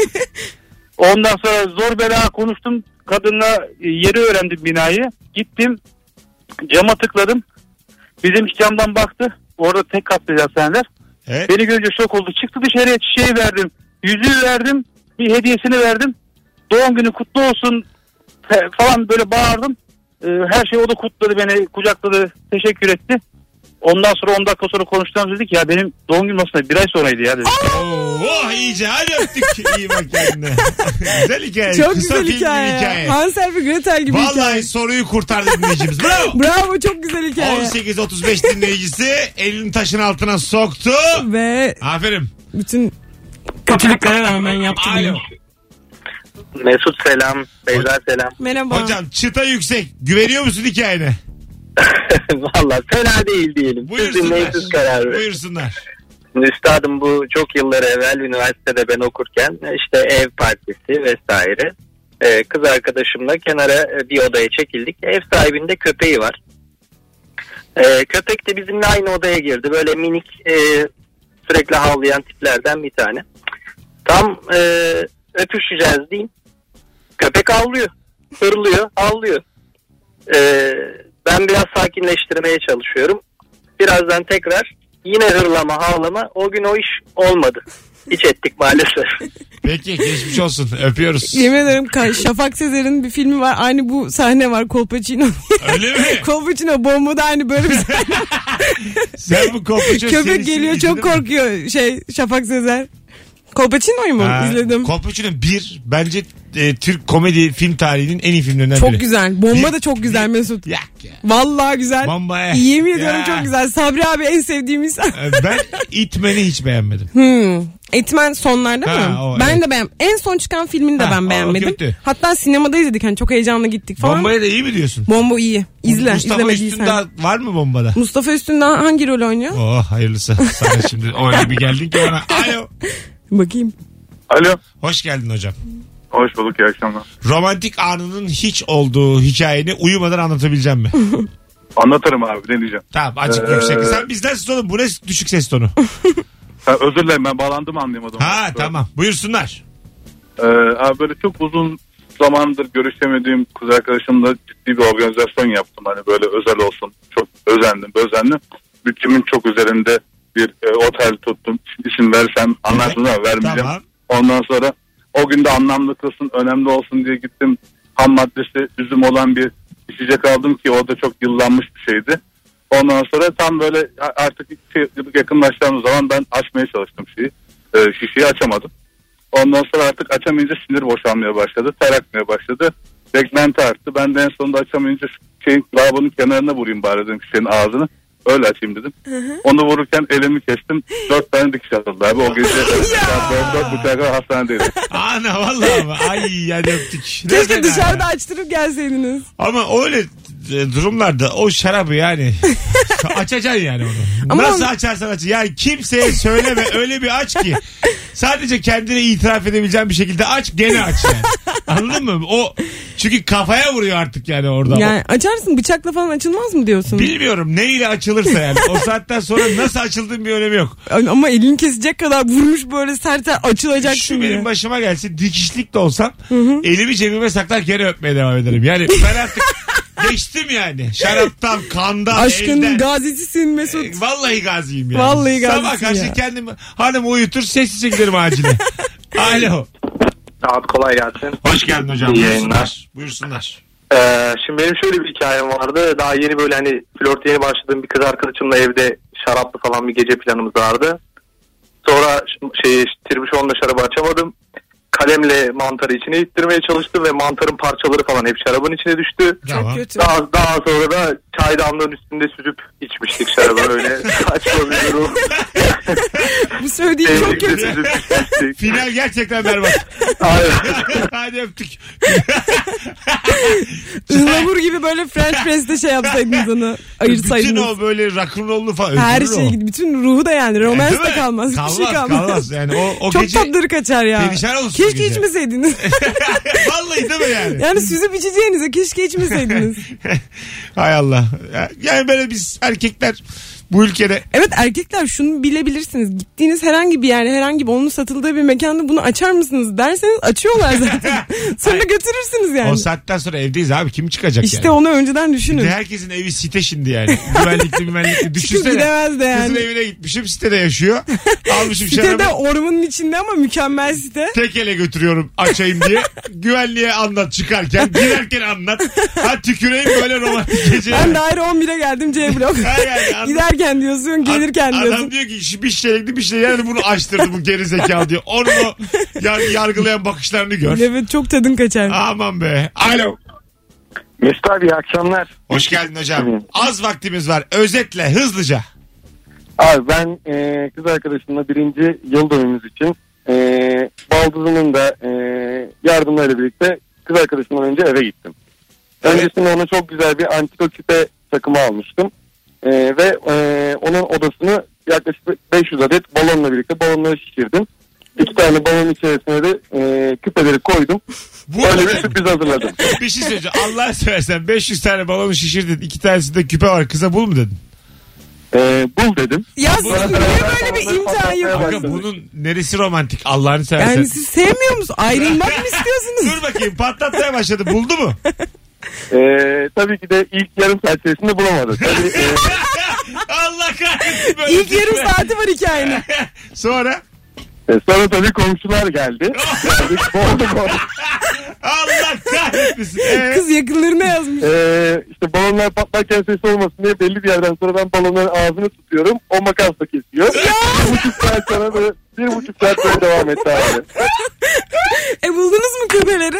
Ondan sonra zor bela konuştum. Kadınla yeri öğrendim, binayı. Gittim. Cama tıkladım. Bizim camdan baktı. Orada tek katlı hastaneler. Evet. Beni görünce şok oldu. Çıktı dışarıya, çiçeği verdim. Yüzüğü verdim. Bir hediyesini verdim. Doğum günü kutlu olsun falan böyle bağırdım. Ee, her şey o da kutladı, beni kucakladı, teşekkür etti. Ondan sonra on dakika sonra konuştuğumuz dedik ya benim doğum günüm aslında bir ay sonraydı ya dedik. Oh iyice hadi öptük. İyi bak kendine. Güzel hikaye. Çok Kısa güzel hikaye. hikaye. Hansel ve Gretel gibi Vallahi hikaye. Vallahi soruyu kurtardı dinleyicimiz. Bravo. Bravo, çok güzel hikaye. on sekiz otuz beş dinleyicisi elini taşın altına soktu. Ve aferin. Bütün kötülüklere rağmen yaptı. Alo. Mesut selam. Beyza selam. Merhaba. Hocam çıta yüksek. Güveniyor musun hikayene? Valla fena değil diyelim. Siz dinleyin, siz karar verin. Buyursunlar. Üstadım bu çok yıllar evvel üniversitede ben okurken işte ev partisi vesaire. Ee, kız arkadaşımla kenara bir odaya çekildik. Ev sahibinde köpeği var. Ee, köpek de bizimle aynı odaya girdi. Böyle minik e, sürekli havlayan tiplerden bir tane. Tam e, öpüşeceğiz diyeyim. Köpek havlıyor. Hırlıyor, havlıyor. Ee, ben biraz sakinleştirmeye çalışıyorum. Birazdan tekrar yine hırlama, havlama. O gün o iş olmadı. Hiç ettik maalesef. Peki geçmiş olsun. Öpüyoruz. Yemin ederim Şafak Sezer'in bir filmi var. Aynı bu sahne var, Kolpaçino. Öyle mi? Kolpaçino bombada aynı böyle bir sahne. Sen bu Kolpaçino köpek geliyor, çok korkuyor şey Şafak Sezer. Kolpaçino'yu mu ha, izledim? Kolpaçino bir bence e, Türk komedi film tarihinin en iyi filmlerinden çok biri. Çok güzel. Bomba bir, da çok güzel bir, Mesut. Ya, ya. Vallahi güzel. Bomba ya. Yemin ediyorum ya. çok güzel. Sabri abi en sevdiğim insan. Ben İtmen'i hiç beğenmedim. Hmm. Etmen sonlarda ha, mı? O, ben evet. de beğenmedim. En son çıkan filmini de ha, ben beğenmedim. Hatta sinemada izledik. Hani çok heyecanla gittik falan. Bomba'ya da iyi mi diyorsun? Bomba iyi. İzle. Mustafa Üstündağ var mı Bomba'da? Mustafa Üstündağ hangi rol oynuyor? Oh hayırlısı. Sana şimdi öyle bir geldin ki bana. Alo. Bakayım. Alo. Hoş geldin hocam. Hoş bulduk, iyi akşamlar. Romantik anının hiç olduğu hikayeni uyumadan anlatabileceğim mi? Anlatırım abi, deneyeceğim. Tamam açık ee... yüksek. Sen bizden ses tonu. Bu ne düşük ses tonu? Ha, özür dilerim, ben bağlandım anlayamadım. Ha böyle. Tamam buyursunlar. Ee, abi böyle çok uzun zamandır görüşemediğim kız arkadaşımla ciddi bir organizasyon yaptım. Hani böyle özel olsun. Çok özendim özendim. Bütçemin çok üzerinde bir e, otel tuttum. İsim versem anlarsınız ama vermeyeceğim. Tamam. Ondan sonra o gün de anlamlı kılsın, önemli olsun diye gittim. Ham maddesi üzüm olan bir içecek aldım ki o da çok yıllanmış bir şeydi. Ondan sonra tam böyle artık yakınlaştığımız zaman ben açmaya çalıştım şeyi. E, şişeyi açamadım. Ondan sonra artık açamayınca sinir boşalmaya başladı. Ter akmaya başladı. Beklenti arttı. Ben de en sonunda açamayınca şeyin, lavabonun kenarına vurayım bari dedim şişenin ağzını. Öyle açayım dedim. Hı hı. Onu vururken elimi kestim. Dört tane dikiş atıldı abi. O gece dört, dört buçuk kadar hastanedeydim. Ana vallahi mi? Ay yani öptük. Keşke dışarıda açtırıp gelseydiniz. Ama öyle durumlarda o şarabı yani açacaksın yani onu. Ama nasıl onu... açarsan aç. Yani kimseye söyleme, öyle bir aç ki sadece kendine itiraf edebileceğin bir şekilde aç, gene aç yani. Anladın mı? O çünkü kafaya vuruyor artık yani orada. Yani açarsın, bıçakla falan açılmaz mı diyorsun? Bilmiyorum neyle açılırsa yani. O saatten sonra nasıl açıldığın bir önemi yok. Ama elini kesecek kadar vurmuş böyle sert açılacak. Şu benim ya. Başıma gelse dikişlik de olsam hı hı. elimi cebime saklar geri öpmeye devam ederim. Yani ben artık geçtim yani. Şaraptan, kandan, aşkın elden. Gazisisin Mesut. E, vallahi gaziyim yani. Vallahi gazisin sabah karşı ya. kendimi hanım uyutur sessizce giderim acile. Alo. Abi kolay gelsin. Hoş geldin hocam. İyi yayınlar. Buyursunlar. Ee, şimdi benim şöyle bir hikayem vardı. Daha yeni böyle hani flört yeni başladığım bir kız arkadaşımla evde şaraplı falan bir gece planımız vardı. Sonra şey Tirbüşon'da şarabı açamadım. kalemle mantarı içine ittirmeye çalıştı ve mantarın parçaları falan hep şarabın içine düştü. Tamam. Kötü. Daha, daha sonra da çaydanlığın üstünde süzüp içmiştik şarabı öyle saçma bir durum. Bu söylediğin çok Evlilikte kötü. süzüp içmiştik. Final gerçekten berbat. Aynen. Hadi öptük. Ihlamur gibi böyle French press'te şey yapsaydınız onu. Bütün Ayırsaydınız. o böyle rock'n'roll'lu falan. Her öldürür şey o. gitti. Bütün ruhu da yani. Romans Değil da mi? kalmaz. Hiçbir Kalmaz, şey kalmaz. kalmaz. Yani o, o Çok gece tatları kaçar ya. perişan olursun Keşke gece. içmeseydiniz. Vallahi değil mi yani? Yani süzüp içeceğinize keşke içmeseydiniz. Hay Allah. Yani böyle biz erkekler bu ülkede. Evet, erkekler şunu bilebilirsiniz. Gittiğiniz herhangi bir yerde, herhangi bir onun satıldığı bir mekanda bunu açar mısınız derseniz açıyorlar zaten. Sonra götürürsünüz yani. O saatten sonra evdeyiz abi, kim çıkacak İşte yani? onu önceden düşünün. Şimdi herkesin evi site şimdi yani. Güvenlikli güvenlikli. Düşünsene. gidemez de yani. Kızın evine gitmişim, sitede yaşıyor. Almışım Sitede şarabı. ormanın içinde ama mükemmel site. Tek ele götürüyorum açayım diye. Güvenliğe anlat çıkarken. Girerken anlat. Ha tüküreyim böyle romantik gece. Ben daire on bire geldim C blok. Ha yani, anlat. Giderken diyorsun, gelirken Adam diyorsun. diyor ki bir şeylikli bir şey yani bunu açtırdı bu geri zekalı diyor. Onu o yar- yargılayan bakışlarını gör. Evet, çok tadın kaçar. Aman be. Alo. Mesut abi iyi akşamlar. Hoş geldin hocam. Az vaktimiz var. Özetle hızlıca. Abi ben e, kız arkadaşımla birinci yıl dönümümüz için e, baldızının da e, yardımlarıyla birlikte kız arkadaşımdan önce eve gittim. Evet. Öncesinde ona çok güzel bir antika küpe takımı almıştım. E, ve e, onun odasını yaklaşık beş yüz adet balonla birlikte balonları şişirdim. İki tane balonun içerisine de e, küpeleri koydum. Bu Öyle bir sürpriz hazırladım. Bir şey söyleyeceğim. Allah'a seversen beş yüz tane balonu şişirdin. İki tanesinde küpe var. Kıza bul mu dedin? E, bul dedim. Ya siz niye böyle bir imza yapıyorsunuz? Kanka bunun neresi romantik? Allah'ını seversen. Yani siz sevmiyor musunuz? Ayrılmak mı istiyorsunuz? Dur bakayım, patlatmaya başladı. Buldu mu? E, tabii ki de ilk yarım saat içerisinde bulamadı. Tabii, e, Allah kahretsin böyle. İlk yarım saati var hikayenin. Sonra? E, sonra tabii komşular geldi. Geldik, oldu mu? Allah kahretmesin. Ee? Kız yakınlarına yazmış. E, işte balonlar patlarken ses olmasın diye belli bir yerden sonra ben balonların ağzını tutuyorum. O makasla kesiyor. Bir buçuk saat sonra böyle bir buçuk saat böyle devam etti abi. E buldunuz mu küpeleri?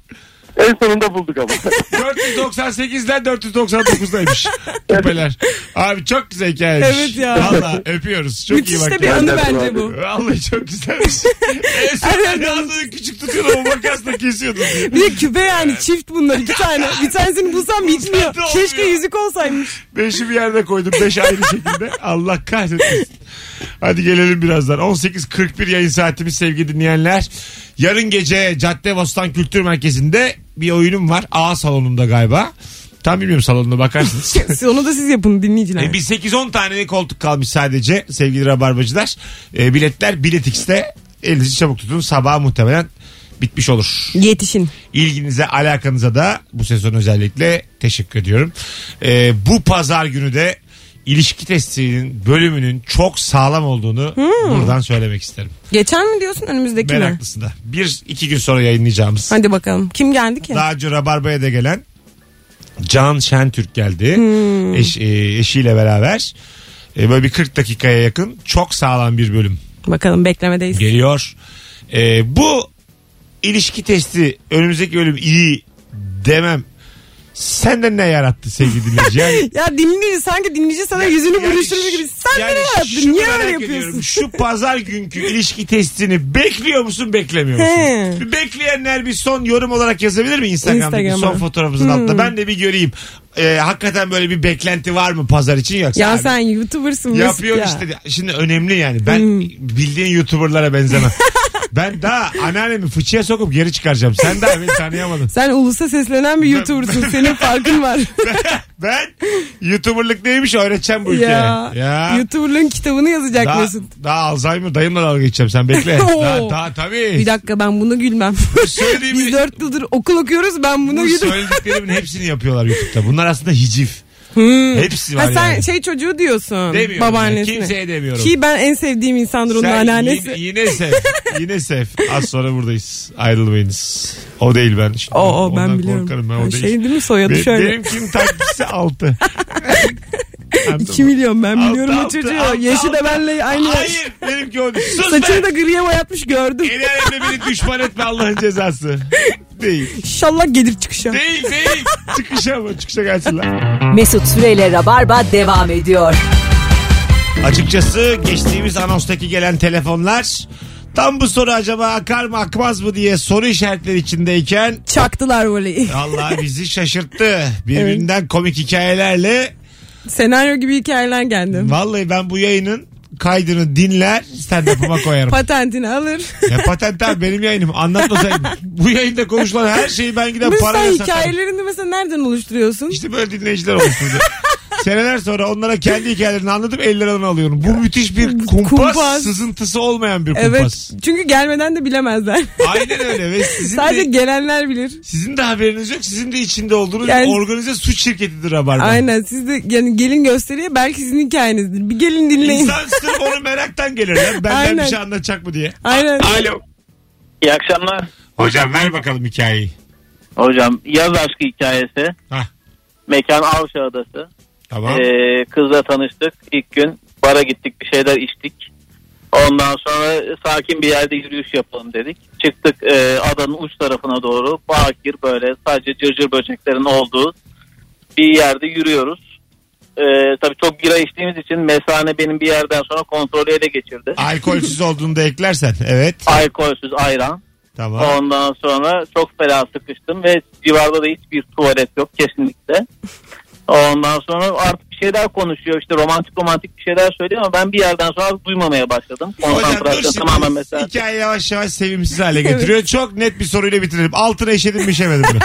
En sonunda bulduk ama. dört yüz doksan sekizden dört yüz doksan dokuzdaymış küpeler. Abi çok güzel hikayemiş. Evet ya. Valla öpüyoruz. Çok Müthiş iyi bak. de bir anı bence bu. Vallahi çok güzelmiş. En son hani ağzını küçük tutuyordu o makasla kesiyordun diye. Bir de küpe yani çift bunlar iki tane. Bir tanesini bulsam bitmiyor. Zaten olmuyor. Keşke yüzük olsaymış. Beşi bir yerde koydum. Beş ayrı şekilde. Allah kahretsin. Hadi gelelim birazdan. on sekiz kırk bir yayın saatimiz sevgili dinleyenler. Yarın gece Caddebostan Kültür Merkezi'nde bir oyunum var. A salonunda galiba. Tam bilmiyorum, salonuna bakarsınız. Onu da siz yapın dinleyiciler. E, bir sekiz on tane koltuk kalmış sadece sevgili rabarbacılar. E, biletler Bilet X'te. Elinizi çabuk tutun. Sabah muhtemelen bitmiş olur. Yetişin. İlginize, alakanıza da bu sezon özellikle teşekkür ediyorum. E, bu pazar günü de ilişki testinin bölümünün çok sağlam olduğunu hmm. buradan söylemek isterim. Geçen mi diyorsun, önümüzdeki mi? Meraklısın da. Bir iki gün sonra yayınlayacağımız. Hadi bakalım. Kim geldi ki? Daha önce Rabarba'ya da gelen Can Şentürk geldi. Hmm. Eş, e, eşiyle beraber. E, böyle bir kırk dakikaya yakın çok sağlam bir bölüm. Bakalım, beklemedeyiz. Geliyor. E, bu ilişki testi önümüzdeki bölüm iyi demem. Senden ne yarattı sevgili dinleyici? Yani, ya dinleyici sanki dinleyici sana yüzünü yani, buruşturur gibi. Sen yani ne yarattın? Niye öyle yapıyorsun? Ediyorum. Şu pazar günkü ilişki testini bekliyor musun, beklemiyor musun? He. Bekleyenler bir son yorum olarak yazabilir mi Instagram'daki Instagram'a. son fotoğrafımızın hmm. altında? Ben de bir göreyim. Ee, hakikaten böyle bir beklenti var mı pazar için, yoksa? Ya abi, sen YouTuber'sın. yapıyor ya. işte. Şimdi önemli yani. Ben hmm. bildiğin YouTuber'lara benzemem. Ben daha anneannemi fıçıya sokup geri çıkaracağım. Sen daha beni tanıyamadın. Sen ulusa seslenen bir YouTuber'sın. Senin farkın var. ben, ben YouTuber'lık neymiş öğreteceğim bu ülkeye. Ya, ya. YouTuber'lığın kitabını yazacak daha, Mesut. Daha Alzheimer dayımla dalga geçeceğim, sen bekle. daha, daha tabii. Bir dakika, ben buna gülmem. Biz dört yıldır okul okuyoruz, ben buna bu gülmem. söylediklerimin hepsini yapıyorlar YouTube'da. Bunlar aslında hicif. Hmm. Hepsi var ha, sen yani. şey çocuğu diyorsun. Demiyorum. Babaannesine. Kimseye demiyorum. Ki ben en sevdiğim insandır onun sen anneannesi. Yine, yine sev. Yine sev. Az sonra buradayız. Ayrılmayınız. O değil ben. Şimdi o o ben biliyorum. Korkarım ben, o şey değil. değil mi soyadı Be- şöyle. Benimkinin takipçisi altı. iki milyon ben biliyorum Altı, o çocuğu. altı, Yaşı altı. da benle aynı yaş. Hayır benimki o değil. Sus Saçını be. da griye boyatmış gördüm. El alemde beni düşman etme Allah'ın cezası. Değil. İnşallah gelir çıkışa. Değil değil. Çıkışa mı? Çıkışa gelsinler. Mesut Süreyle Rabarba devam ediyor. Açıkçası geçtiğimiz anonstaki gelen telefonlar tam bu soru acaba akar mı akmaz mı diye soru işaretleri içindeyken çaktılar voleyi. Allah bizi şaşırttı. Birbirinden evet. komik hikayelerle. Senaryo gibi hikayeler geldi. Vallahi ben bu yayının kaydını dinler stand-up'ıma koyarım. Patentini alır. Ya patent abi benim yayınım anlatmasaydım. Bu yayında konuşulan her şeyi ben gider mesela paraya satarım. Hikayelerini mesela nereden oluşturuyorsun? İşte böyle dinleyiciler oluşturdu. Seneler sonra onlara kendi hikayelerini anlatıp ellerine alıyorum. Bu müthiş bir kumpas, kumpas. Sızıntısı olmayan bir kumpas. Evet. Çünkü gelmeden de bilemezler. Aynen öyle. Ve sizin sadece de, gelenler bilir. Sizin de haberiniz yok. Sizin de içinde olduğunuz yani, organize suç şirketidir Rabarba. Aynen. Siz de yani gelin gösteriyor. Belki sizin hikayenizdir. Bir gelin dinleyin. İnsan sırf onu meraktan gelir. Lan. Benden aynen. Bir şey anlatacak mı diye. Aynen. Alo. İyi akşamlar. Hocam ver bakalım hikayeyi. Hocam yaz aşkı hikayesi. Hah. Mekan Avşa Adası. Tamam. Ee, kızla tanıştık. İlk gün bara gittik, bir şeyler içtik. Ondan sonra sakin bir yerde yürüyüş yapalım dedik. Çıktık e, adanın uç tarafına doğru. Bakir böyle sadece cırcır böceklerin olduğu bir yerde yürüyoruz. E, tabii çok bira içtiğimiz için mesane benim bir yerden sonra kontrolü ele geçirdi. Alkolsüz olduğunu da eklersen evet. Alkolsüz ayran. Tamam. Ondan sonra çok fena sıkıştım ve civarda da hiçbir tuvalet yok kesinlikle. Ondan sonra artık bir şeyler konuşuyor, işte romantik romantik bir şeyler söylüyor ama ben bir yerden sonra duymamaya başladım. Konsantrasyon tamamen mesela. Hikaye yavaş yavaş sevimsiz hale getiriyor. Evet. Çok net bir soruyla bitirelim. Altına işedin mi işemedin mi?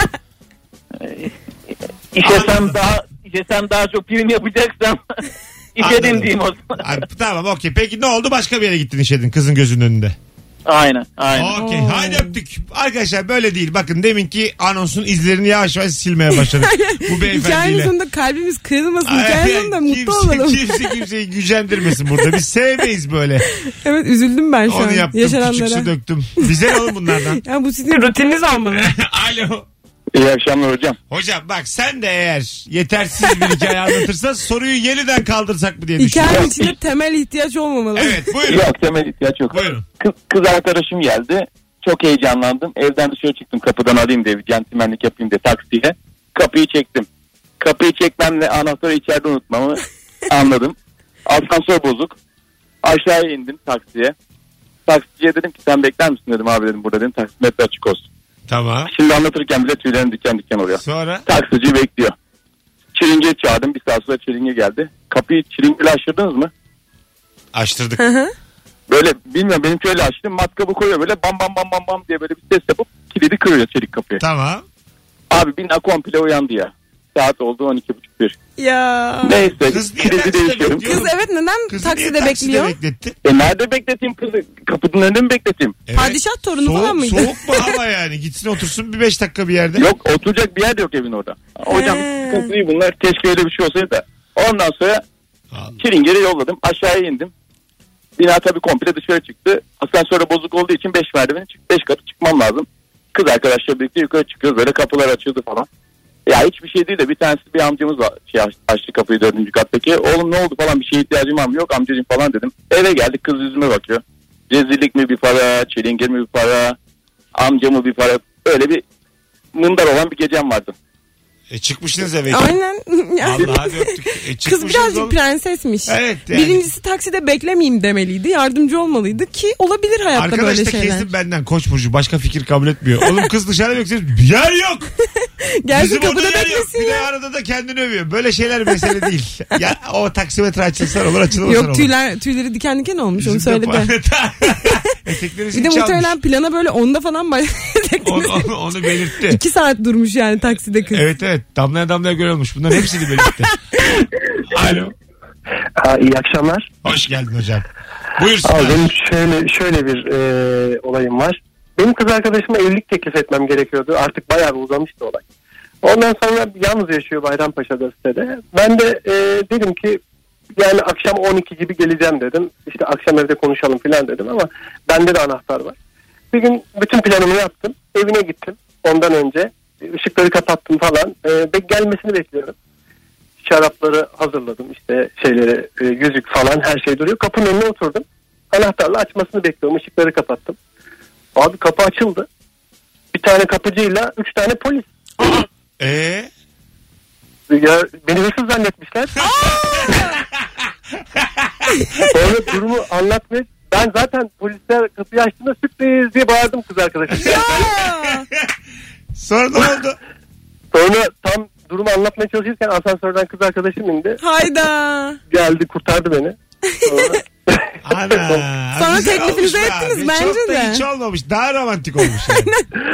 İşesem daha, işesem daha çok prim yapacaksam işedim diyeyim o zaman. Abi, tamam okey. Peki ne oldu? Başka bir yere gittin işedin kızın gözünün önünde. Aynen aynen. Okey hadi öptük. Arkadaşlar böyle değil. Bakın deminki anonsun izlerini yavaş yavaş silmeye başladık. Bu beyefendiyle. Hikayenin sonunda kalbimiz kırılmasın. Hikayenin sonunda mutlu kimse, olalım. Kimse kimseyi gücendirmesin burada. Biz sevmeyiz böyle. Evet üzüldüm ben şu Onu an. Onu yaptım yaşananlara. küçük su döktüm. Bize ne oğlum bunlardan? Ya bu sizin rutininiz olmalı. Alo. İyi akşamlar hocam. Hocam bak sen de eğer yetersiz bir hikaye anlatırsan soruyu yeniden kaldırsak mı diye düşünüyorum. Hikayenin içinde temel ihtiyaç olmamalı. Evet buyurun. Yok temel ihtiyaç yok. Buyurun. Kız, kız arkadaşım geldi. Çok heyecanlandım. Evden dışarı çıktım kapıdan alayım diye. Centilmenlik yapayım diye taksiyle. Kapıyı çektim. Kapıyı çekmemle anahtarı içeride unutmamı anladım. Asansör bozuk. Aşağıya indim taksiye. Taksiciye dedim ki sen bekler misin dedim abi dedim burada dedim taksimetre açık olsun. Tamam. Şimdi anlatırken bile tüylerim diken diken oluyor. Sonra? Taksici bekliyor. Çilingir çağırdım. Bir saat sonra çilingir geldi. Kapıyı çilingirle açtırdınız mı? Açtırdık. Hı hı. Böyle bilmiyorum benimki öyle açtım. Matkabı koyuyor böyle bam bam bam bam bam diye böyle bir ses yapıp kilidi kırıyor çelik kapıyı. Tamam. Abi bina komple uyandı ya. Saat oldu on iki buçuk bir. Ya. Neyse kız kilidi değişiyorum. Kız evet neden Kızı takside bekliyor? Bekletti? E nerede bekleteyim kızı? Kapının önünde mi bekleteyim? Evet. Padişah torunu soğuk, falan mıydı? Soğuk mu hava yani? Gitsin otursun bir beş dakika bir yerde. Yok oturacak bir yer de yok evin orada. Hocam sıkıntı değil bunlar. Keşke öyle bir şey olsaydı da. Ondan sonra çilingiri yolladım. Aşağıya indim. Bina tabii komple dışarı çıktı. Asansöre bozuk olduğu için beş merdiveni çık, beş katı çıkmam lazım. Kız arkadaşlar birlikte yukarı çıkıyoruz. Böyle kapılar açıldı falan. Ya hiçbir şey değil de bir tanesi bir amcamız var. Şey açtı kapıyı dördüncü kattaki. Oğlum ne oldu falan bir şeye ihtiyacım var mı? Yok amcacığım falan dedim. Eve geldik kız yüzüme bakıyor. Rezillik mi bir para, çilingir mi bir para, amca mı bir para. Öyle bir mındar olan bir gecem vardı. E çıkmışsınız eve. Aynen. Allah hadi öptük. E kız birazcık oğlum. Prensesmiş. Evet yani. Birincisi takside beklemeyeyim demeliydi. Yardımcı olmalıydı ki olabilir hayatta arkadaş böyle da şeyler. Arkadaş da kesin benden Koç burcu başka fikir kabul etmiyor. Oğlum kız dışarıda bekliyor. Yer yok. Gelsin kapıda beklesin ya. Bir de arada da kendini övüyor. Böyle şeyler mesele değil. Ya o taksimetre açılsan olur açılmasan yok, olur. Tüyler, tüyleri diken diken olmuş Bizim onu söyledi. Bir de muhtemelen plana böyle onda falan onu, onu, onu belirtti. İki saat durmuş yani takside kız. Evet evet. Damlaya damlaya göl olmuş. Bunların hepsini belirtti. Alo. Ha, iyi akşamlar. Hoş geldin hocam. Buyursun. Abi, benim şöyle, şöyle bir e, olayım var. Benim kız arkadaşıma evlilik teklif etmem gerekiyordu. Artık bayağı bir uzamıştı olay. Ondan sonra yalnız yaşıyor Bayrampaşa'da sitede. Ben de e, dedim ki yani akşam on iki gibi geleceğim dedim. İşte akşam evde konuşalım falan dedim ama bende de anahtar var. Bir gün bütün planımı yaptım. Evine gittim ondan önce. Işıkları kapattım falan. E, gelmesini bekliyorum. şarapları hazırladım. İşte şeyleri, e, yüzük falan her şey duruyor. Kapının önüne oturdum. Anahtarla açmasını bekliyorum. Işıkları kapattım. Abi kapı açıldı. Bir tane kapıcıyla üç tane polis. Eee? Ya, beni hırsız zannetmişler. Sonra durumu anlatmaya... Ben zaten polisler kapıyı açtığında sürpriz diye bağırdım kız arkadaşım. Sonra ne oldu? Sonra tam durumu anlatmaya çalışırken asansörden kız arkadaşım indi. Hayda. Geldi kurtardı beni. Sonra... Ana. Sonra Güzel teklifinizi olmuş ettiniz abi. bence Çok da de. hiç olmamış. Daha romantik olmuş. Yani.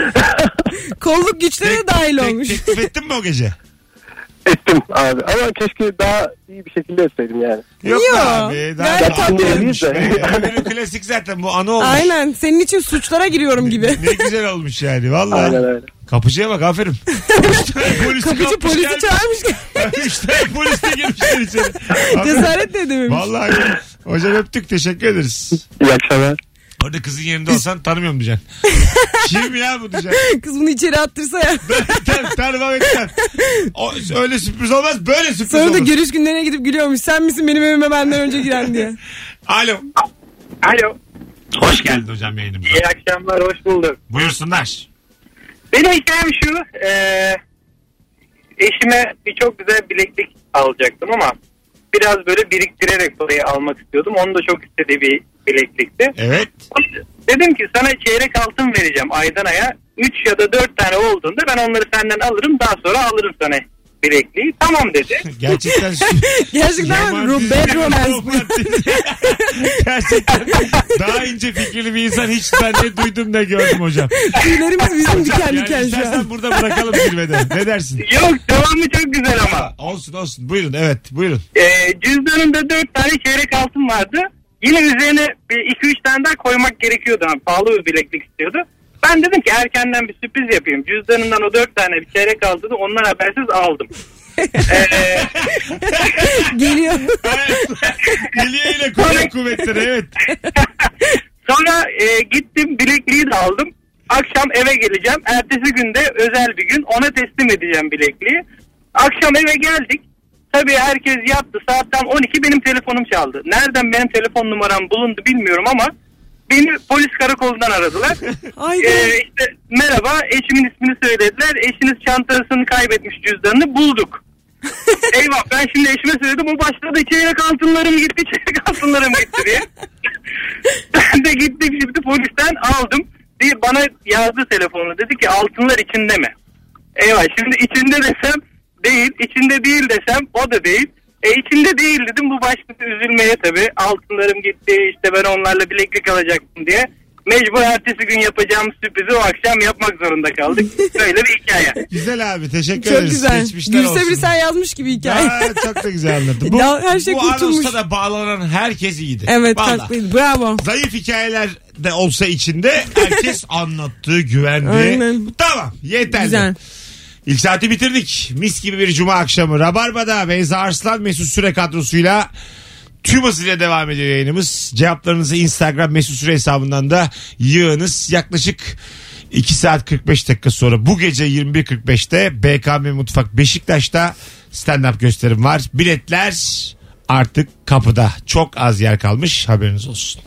Kolluk güçleri de dahil Tek- olmuş. Teklif ettin mi o gece? Ettim abi ama keşke daha iyi bir şekilde etseydim yani. Yok Yo, abi. Daha gayet daha tatlı. olmuş. Değil de. Öbürü klasik zaten bu anı olmuş. Aynen. Senin için suçlara giriyorum gibi. Ne güzel olmuş yani vallahi. Aynen öyle. Kapıcıya bak aferin. Üç tane polisi Kapıcı kapmış polisi gelmiş. çağırmış. Üç tane polis de girmişler içeri. Cesaret de edememiş. Vallahi hocam öptük teşekkür ederiz. İyi akşamlar. Orada kızın yerinde olsan tanımıyorum diyeceksin. Kim ya bu diyeceksin. Kız bunu içeri attırsa ya. Tabii tanımam etmem. O, öyle sürpriz olmaz böyle sürpriz Sonra da olur. görüş günlerine gidip gülüyormuş. Sen misin benim evime benden önce giren diye. Alo. Alo. Hoş geldin hocam yayınımıza. İyi akşamlar, hoş bulduk. Buyursunlar. Benim hikayem şu. E, eşime bir çok güzel bileklik alacaktım ama biraz böyle biriktirerek parayı almak istiyordum. Onun da çok istediği bir bileklikti. Evet. Dedim ki sana çeyrek altın vereceğim aydan aya. üç ya da dört tane olduğunda ben onları senden alırım. Daha sonra alırım sana bilekliği. Tamam dedi. Gerçekten Gerçekten Romantiz- bad romance. Romantiz. Gerçekten daha ince fikirli bir insan hiç ben ne duydum ne gördüm hocam. Tüylerimiz bizim diken Yani diken şu istersen an. burada bırakalım zirvede. Ne dersin? Yok, devamı çok güzel ama. Olsun olsun buyurun evet buyurun. Ee, cüzdanımda dört tane çeyrek altın vardı. Yine üzerine iki üç tane daha koymak gerekiyordu. Yani pahalı bir bileklik istiyordu. Ben dedim ki erkenden bir sürpriz yapayım. Cüzdanımdan o dört tane bir çeyrek altını ondan habersiz aldım. ee, Geliyor. Geliyor yine kuvvet kuvvetleri evet. Sonra e, gittim bilekliği de aldım. Akşam eve geleceğim. Ertesi günde özel bir gün ona teslim edeceğim bilekliği. Akşam eve geldik. Tabii herkes yattı. Saat tam on iki benim telefonum çaldı. Nereden benim telefon numaram bulundu bilmiyorum ama beni polis karakolundan aradılar. ee, işte, merhaba eşimin ismini söylediler. Eşiniz çantasını kaybetmiş cüzdanını bulduk. Eyvah ben şimdi eşime söyledim. O başladı çeyrek altınlarım gitti çeyrek altınlarım gitti diye. Ben de gittim şimdi polisten aldım. Diye bana yazdı telefonla dedi ki altınlar içinde mi? Eyvah şimdi içinde desem değil, içinde değil desem o da değil. E içinde değil dedim, bu başladı üzülmeye tabii. Altınlarım gitti, işte ben onlarla bileklik alacaktım diye. Mecbur ertesi gün yapacağım sürprizi o akşam yapmak zorunda kaldık. Böyle bir hikaye. Güzel abi teşekkür Çok ederiz. güzel. Geçmişler Gülse olsun. bir sen yazmış gibi hikaye. Ha, çok da güzel anlattın. Bu, Ya, her şey bu kurtulmuş. anonsa da bağlanan herkes iyiydi. Evet Vallahi. haklıydı. Bravo. Zayıf hikayeler de olsa içinde herkes anlattı, güvendi. Aynen. Tamam yeterli. Güzel. İlk saati bitirdik. Mis gibi bir cuma akşamı. Rabarba'da Beyza Arslan Mesut Süre kadrosuyla tüm hızıyla devam ediyor yayınımız. Cevaplarınızı Instagram Mesut Süre hesabından da yığınız. Yaklaşık iki saat kırk beş dakika sonra bu gece yirmi bir kırk beşte B K M Mutfak Beşiktaş'ta stand-up gösterim var. Biletler artık kapıda. Çok az yer kalmış, haberiniz olsun.